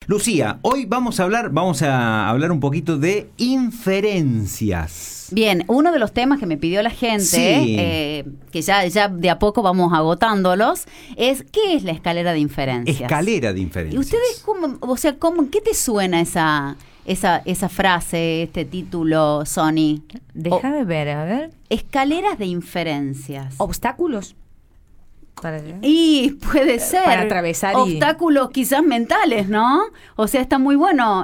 Lucía, hoy vamos a hablar un poquito de inferencias. Bien, uno de los temas que me pidió la gente, Sí. Que ya de a poco vamos agotándolos, es ¿qué es la escalera de inferencias? Escalera de inferencias. ¿Y ustedes qué te suena esa frase, este título, Sony? Déjame ver, a ver. Escaleras de inferencias. Obstáculos. Y puede ser. Para atravesar obstáculos quizás mentales, ¿no? O sea, está muy bueno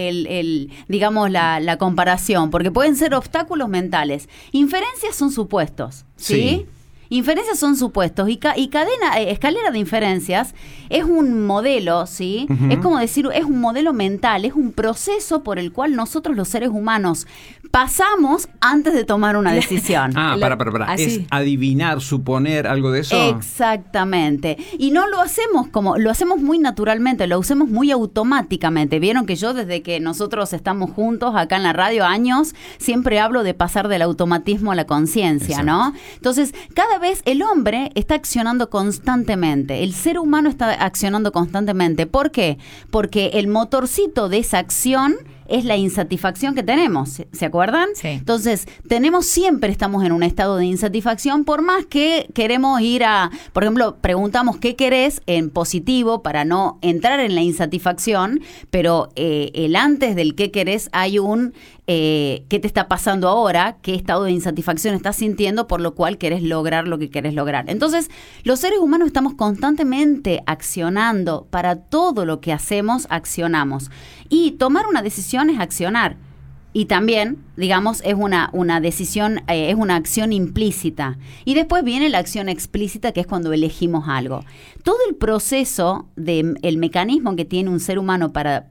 digamos, la comparación, porque pueden ser obstáculos mentales. Inferencias son supuestos, ¿sí? Inferencias son supuestos y escalera de inferencias es un modelo, ¿sí? Uh-huh. Es como decir, es un modelo mental, es un proceso por el cual nosotros los seres humanos pasamos antes de tomar una decisión. Para. ¿Es adivinar, suponer algo de eso? Exactamente. Y no lo hacemos lo hacemos muy naturalmente, lo hacemos muy automáticamente. Vieron que yo desde que nosotros estamos juntos acá en la radio años, siempre hablo de pasar del automatismo a la conciencia, ¿no? Entonces, cada vez el hombre está accionando constantemente, el ser humano está accionando constantemente. ¿Por qué? Porque el motorcito de esa acción es la insatisfacción que tenemos, ¿se acuerdan? Sí. Entonces, siempre estamos en un estado de insatisfacción, por más que queremos por ejemplo, preguntamos qué querés en positivo para no entrar en la insatisfacción, pero el antes del qué querés hay un qué te está pasando ahora, qué estado de insatisfacción estás sintiendo, por lo cual querés lograr lo que querés lograr. Entonces, los seres humanos estamos constantemente accionando, para todo lo que hacemos, accionamos. Y tomar una decisión es accionar. Y también, digamos, es una decisión, es una acción implícita. Y después viene la acción explícita, que es cuando elegimos algo. Todo el proceso el mecanismo que tiene un ser humano para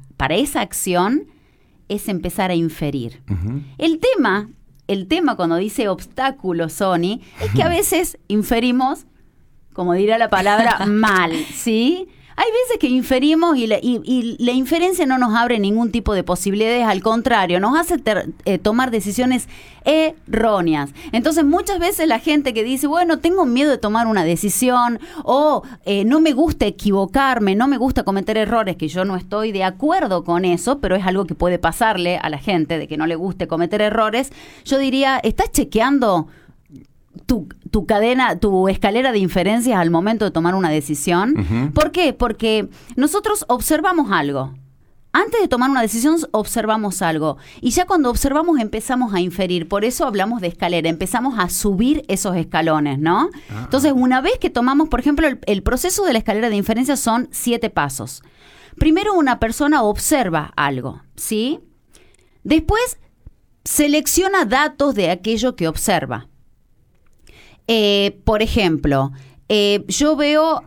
esa acción es empezar a inferir. Uh-huh. El tema cuando dice obstáculo, Sony, es que a veces inferimos, como dirá la palabra, mal, ¿sí? Hay veces que inferimos y la inferencia no nos abre ningún tipo de posibilidades, al contrario, nos hace tomar decisiones erróneas. Entonces, muchas veces la gente que dice, bueno, tengo miedo de tomar una decisión, o no me gusta equivocarme, no me gusta cometer errores, que yo no estoy de acuerdo con eso, pero es algo que puede pasarle a la gente, de que no le guste cometer errores. Yo diría, ¿estás chequeando tu cadena, tu escalera de inferencias al momento de tomar una decisión? Uh-huh. ¿Por qué? Porque nosotros observamos algo. Antes de tomar una decisión observamos algo. Y ya cuando observamos empezamos a inferir. Por eso hablamos de escalera. Empezamos a subir esos escalones, ¿no? Uh-huh. Entonces, una vez que tomamos, por ejemplo, el proceso de la escalera de inferencias son 7 pasos. Primero, una persona observa algo, ¿sí? Después, selecciona datos de aquello que observa. Por ejemplo, yo veo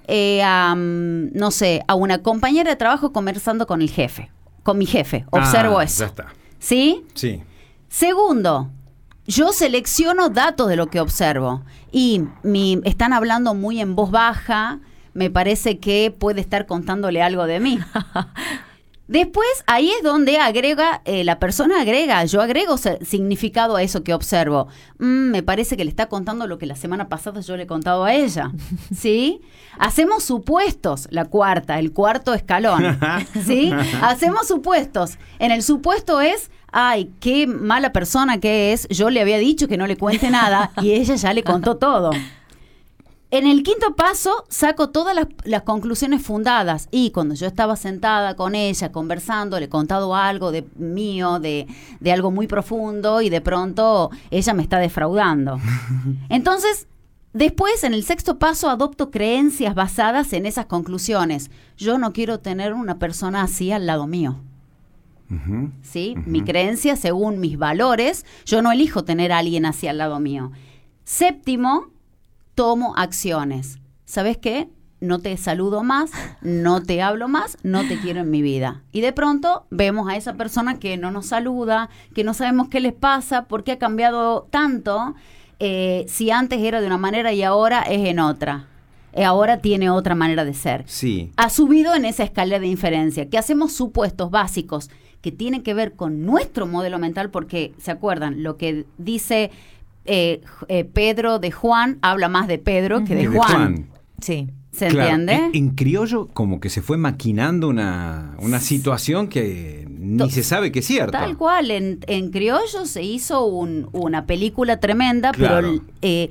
a una compañera de trabajo conversando con mi jefe. Observo eso. Ya está. ¿Sí? Sí. Segundo, yo selecciono datos de lo que observo. Y están hablando muy en voz baja. Me parece que puede estar contándole algo de mí. Después, ahí es donde la persona agrega, yo agrego significado a eso que observo. Me parece que le está contando lo que la semana pasada yo le he contado a ella, ¿sí? Hacemos supuestos, el cuarto escalón, ¿sí? Hacemos supuestos. En el supuesto es, ay, qué mala persona que es, yo le había dicho que no le cuente nada y ella ya le contó todo. En el quinto paso saco todas las conclusiones fundadas, y cuando yo estaba sentada con ella conversando, le he contado algo de algo muy profundo, y de pronto ella me está defraudando. Entonces, después en el sexto paso adopto creencias basadas en esas conclusiones. Yo no quiero tener una persona así al lado mío. Uh-huh. ¿Sí? Uh-huh. Mi creencia, según mis valores, yo no elijo tener a alguien así al lado mío. Séptimo, tomo acciones. ¿Sabes qué? No te saludo más, no te hablo más, no te quiero en mi vida. Y de pronto vemos a esa persona que no nos saluda, que no sabemos qué les pasa, por qué ha cambiado tanto, si antes era de una manera y ahora es en otra. Ahora tiene otra manera de ser. Sí. Ha subido en esa escalera de inferencia, que hacemos supuestos básicos que tienen que ver con nuestro modelo mental, porque, ¿se acuerdan? Lo que dice Pedro de Juan habla más de Pedro que de Juan. Sí. ¿Se Claro, entiende? en criollo como que se fue maquinando una situación que ni se sabe que es cierta. Tal cual, en criollo se hizo una película tremenda, Claro. pero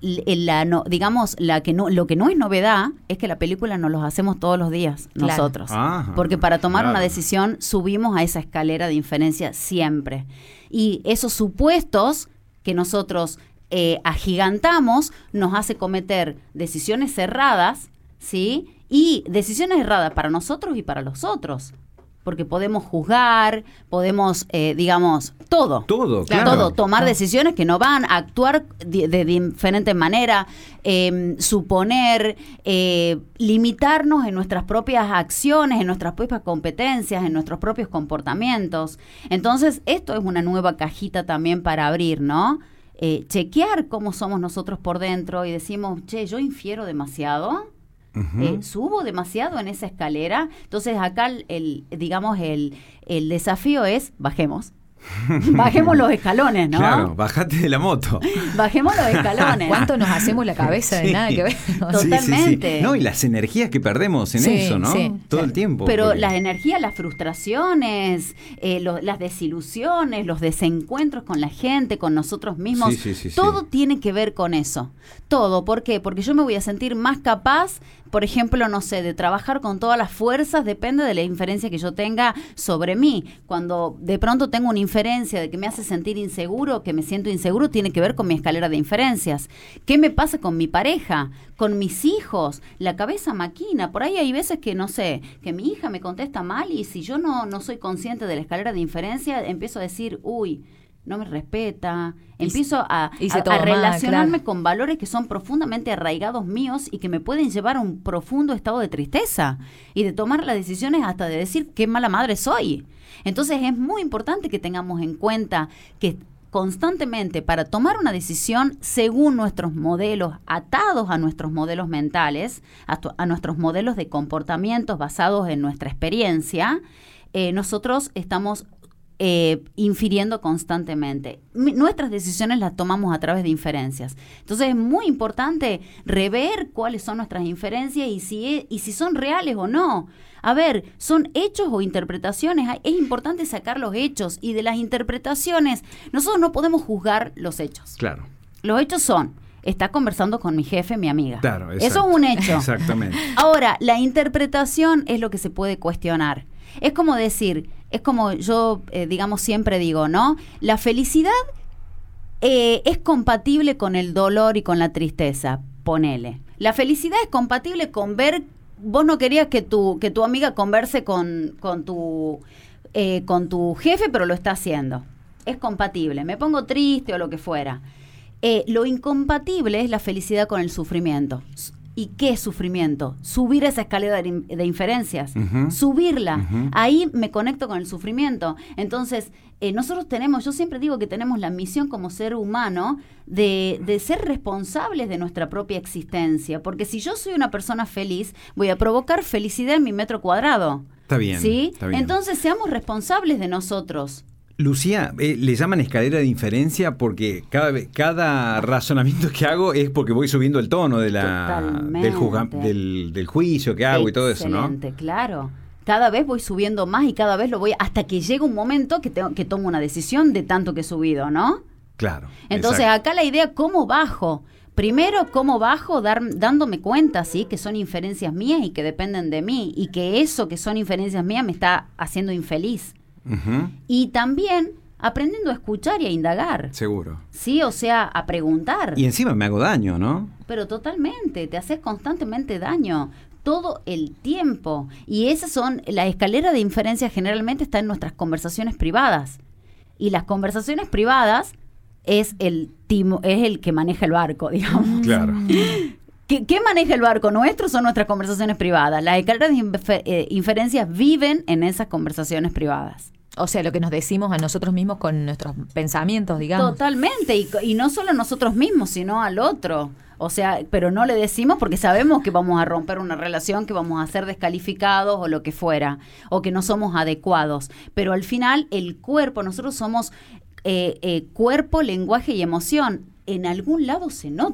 digamos, lo que no es novedad es que la película nos los hacemos todos los días, Claro. nosotros. Ajá, Porque para tomar claro. una decisión subimos a esa escalera de inferencia siempre. Y esos supuestos que nosotros agigantamos nos hace cometer decisiones erradas, ¿sí? Y decisiones erradas para nosotros y para los otros. Porque podemos juzgar, podemos, digamos, todo. Todo, Claro. claro. Todo, tomar decisiones que no van a actuar de diferente manera, suponer, limitarnos en nuestras propias acciones, en nuestras propias competencias, en nuestros propios comportamientos. Entonces, esto es una nueva cajita también para abrir, ¿no? Chequear cómo somos nosotros por dentro y decimos, che, yo infiero demasiado. Ujú. Subo demasiado en esa escalera. Entonces acá digamos el desafío es bajemos los escalones, ¿no? Claro, bajate de la moto. Bajemos los escalones. ¿Cuánto nos hacemos la cabeza de Sí. nada que ver? Totalmente. No, y las energías que perdemos en Sí, eso, ¿no? sí. Todo el tiempo. Pero porque- las energías, las frustraciones, las desilusiones, los desencuentros con la gente, con nosotros mismos, Sí. todo tiene que ver con eso. Todo. ¿Por qué? Porque yo me voy a sentir más capaz, por ejemplo, no sé, de trabajar con todas las fuerzas, depende de la inferencia que yo tenga sobre mí. Cuando de pronto tengo una inferencia de que me hace sentir inseguro, que me siento inseguro, tiene que ver con mi escalera de inferencias. ¿Qué me pasa con mi pareja? Con mis hijos, la cabeza maquina. Por ahí hay veces que, no sé, que mi hija me contesta mal y si yo no soy consciente de la escalera de inferencia, empiezo a decir, uy, no me respeta. Empiezo a hice todo mal, relacionarme claro. con valores que son profundamente arraigados míos y que me pueden llevar a un profundo estado de tristeza y de tomar las decisiones hasta de decir qué mala madre soy. Entonces es muy importante que tengamos en cuenta que constantemente para tomar una decisión según nuestros modelos, atados a nuestros modelos mentales, a nuestros modelos de comportamientos basados en nuestra experiencia, nosotros estamos infiriendo constantemente. Nuestras decisiones las tomamos a través de inferencias. Entonces es muy importante rever cuáles son nuestras inferencias y si son reales o no. A ver, ¿son hechos o interpretaciones? Es importante sacar los hechos y de las interpretaciones nosotros no podemos juzgar los hechos. Claro. Los hechos son, está conversando con mi jefe, mi amiga. Claro, Eso exacto. es un hecho. Exactamente. Ahora, la interpretación es lo que se puede cuestionar. Es como decir, es como yo, digamos, siempre digo, ¿no? La felicidad es compatible con el dolor y con la tristeza, ponele. La felicidad es compatible con ver, vos no querías que tu amiga converse con tu jefe, pero lo está haciendo. Es compatible, me pongo triste o lo que fuera. Lo incompatible es la felicidad con el sufrimiento. ¿Y qué es sufrimiento? Subir esa escalera de inferencias, Ujú. subirla. Ujú. Ahí me conecto con el sufrimiento. Entonces, nosotros yo siempre digo que tenemos la misión como ser humano de ser responsables de nuestra propia existencia. Porque si yo soy una persona feliz, voy a provocar felicidad en mi metro cuadrado. Está bien. ¿Sí? Está bien. Entonces, seamos responsables de nosotros. Lucía, le llaman escalera de inferencia porque cada razonamiento que hago es porque voy subiendo el tono de Totalmente. del juicio que hago y todo eso, ¿no? Excelente, claro. Cada vez voy subiendo más y cada vez lo voy hasta que llega un momento que tomo una decisión de tanto que he subido, ¿no? Claro. Entonces exacto. acá la idea, ¿cómo bajo? Primero, ¿cómo bajo? Dándome cuenta, ¿sí? Que son inferencias mías y que dependen de mí y que eso que son inferencias mías me está haciendo infeliz. Ujú. Y también aprendiendo a escuchar y a indagar, Seguro. ¿sí? O sea, a preguntar. Y encima me hago daño, ¿no? Pero totalmente, te haces constantemente daño todo el tiempo. Y esas son, la escalera de inferencia generalmente está en nuestras conversaciones privadas. Y las conversaciones privadas es el que maneja el barco, digamos. Claro. ¿Qué maneja el barco nuestro? Son nuestras conversaciones privadas. Las escaleras de inferencias viven en esas conversaciones privadas. O sea, lo que nos decimos a nosotros mismos con nuestros pensamientos, digamos. Totalmente, y no solo a nosotros mismos, sino al otro. O sea, pero no le decimos porque sabemos que vamos a romper una relación, que vamos a ser descalificados o lo que fuera, o que no somos adecuados. Pero al final, el cuerpo, nosotros somos cuerpo, lenguaje y emoción. En algún lado se nota.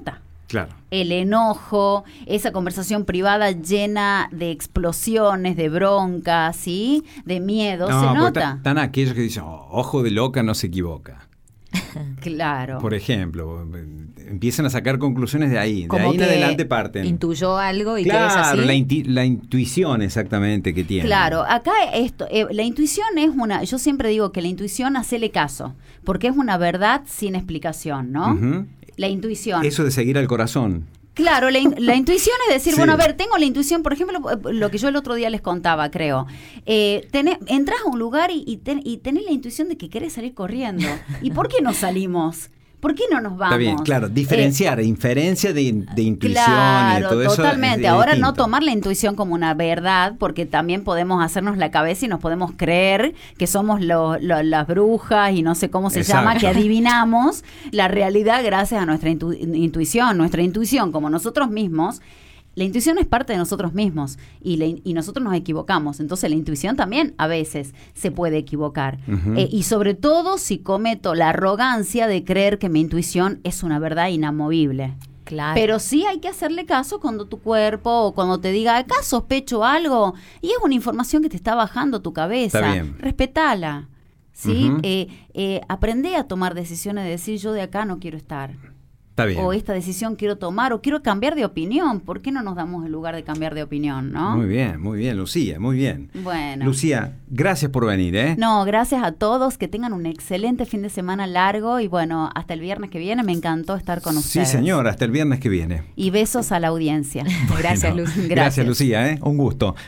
Claro. El enojo, esa conversación privada llena de explosiones, de bronca, ¿sí? De miedo, No, se porque nota. están aquellos que dicen, ojo de loca no se equivoca. Claro. Por ejemplo, empiezan a sacar conclusiones de ahí. De Como ahí en que adelante parten. intuyó algo y que es Claro, así. la intuición exactamente que tiene. Claro, acá la intuición es yo siempre digo que la intuición, hacele caso, porque es una verdad sin explicación, ¿no? Ujú. La intuición. Eso de seguir al corazón. Claro, la intuición es decir, Sí. bueno, a ver, tengo la intuición, por ejemplo, lo que yo el otro día les contaba, creo. Entras a un lugar y tenés la intuición de que querés salir corriendo. ¿Y por qué no salimos? ¿Por qué no nos vamos? Está bien, claro. Diferenciar, inferencia de intuición y de Claro, todo eso. totalmente. es Ahora no distinto. tomar la intuición como una verdad, porque también podemos hacernos la cabeza y nos podemos creer que somos las brujas y no sé cómo se Exacto. llama, que adivinamos la realidad gracias a nuestra intuición. Nuestra intuición, como nosotros mismos, la intuición es parte de nosotros mismos y nosotros nos equivocamos. Entonces la intuición también a veces se puede equivocar. Ujú. Y sobre todo si cometo la arrogancia de creer que mi intuición es una verdad inamovible. Claro. Pero sí hay que hacerle caso cuando tu cuerpo o cuando te diga, acá sospecho algo, y es una información que te está bajando tu cabeza. Está bien. Respetala. ¿Sí? Ujú. Aprende a tomar decisiones de decir, yo de acá no quiero estar. Está bien. O esta decisión quiero tomar, o quiero cambiar de opinión. ¿Por qué no nos damos el lugar de cambiar de opinión, no? Muy bien, Lucía, muy bien. Bueno. Lucía, gracias por venir, ¿eh? No, gracias a todos, que tengan un excelente fin de semana largo y bueno, hasta el viernes que viene me encantó estar con Sí, ustedes. señor, hasta el viernes que viene. Y besos a la audiencia. Gracias, Bueno, Luz. Gracias, Lucía, ¿eh? Un gusto.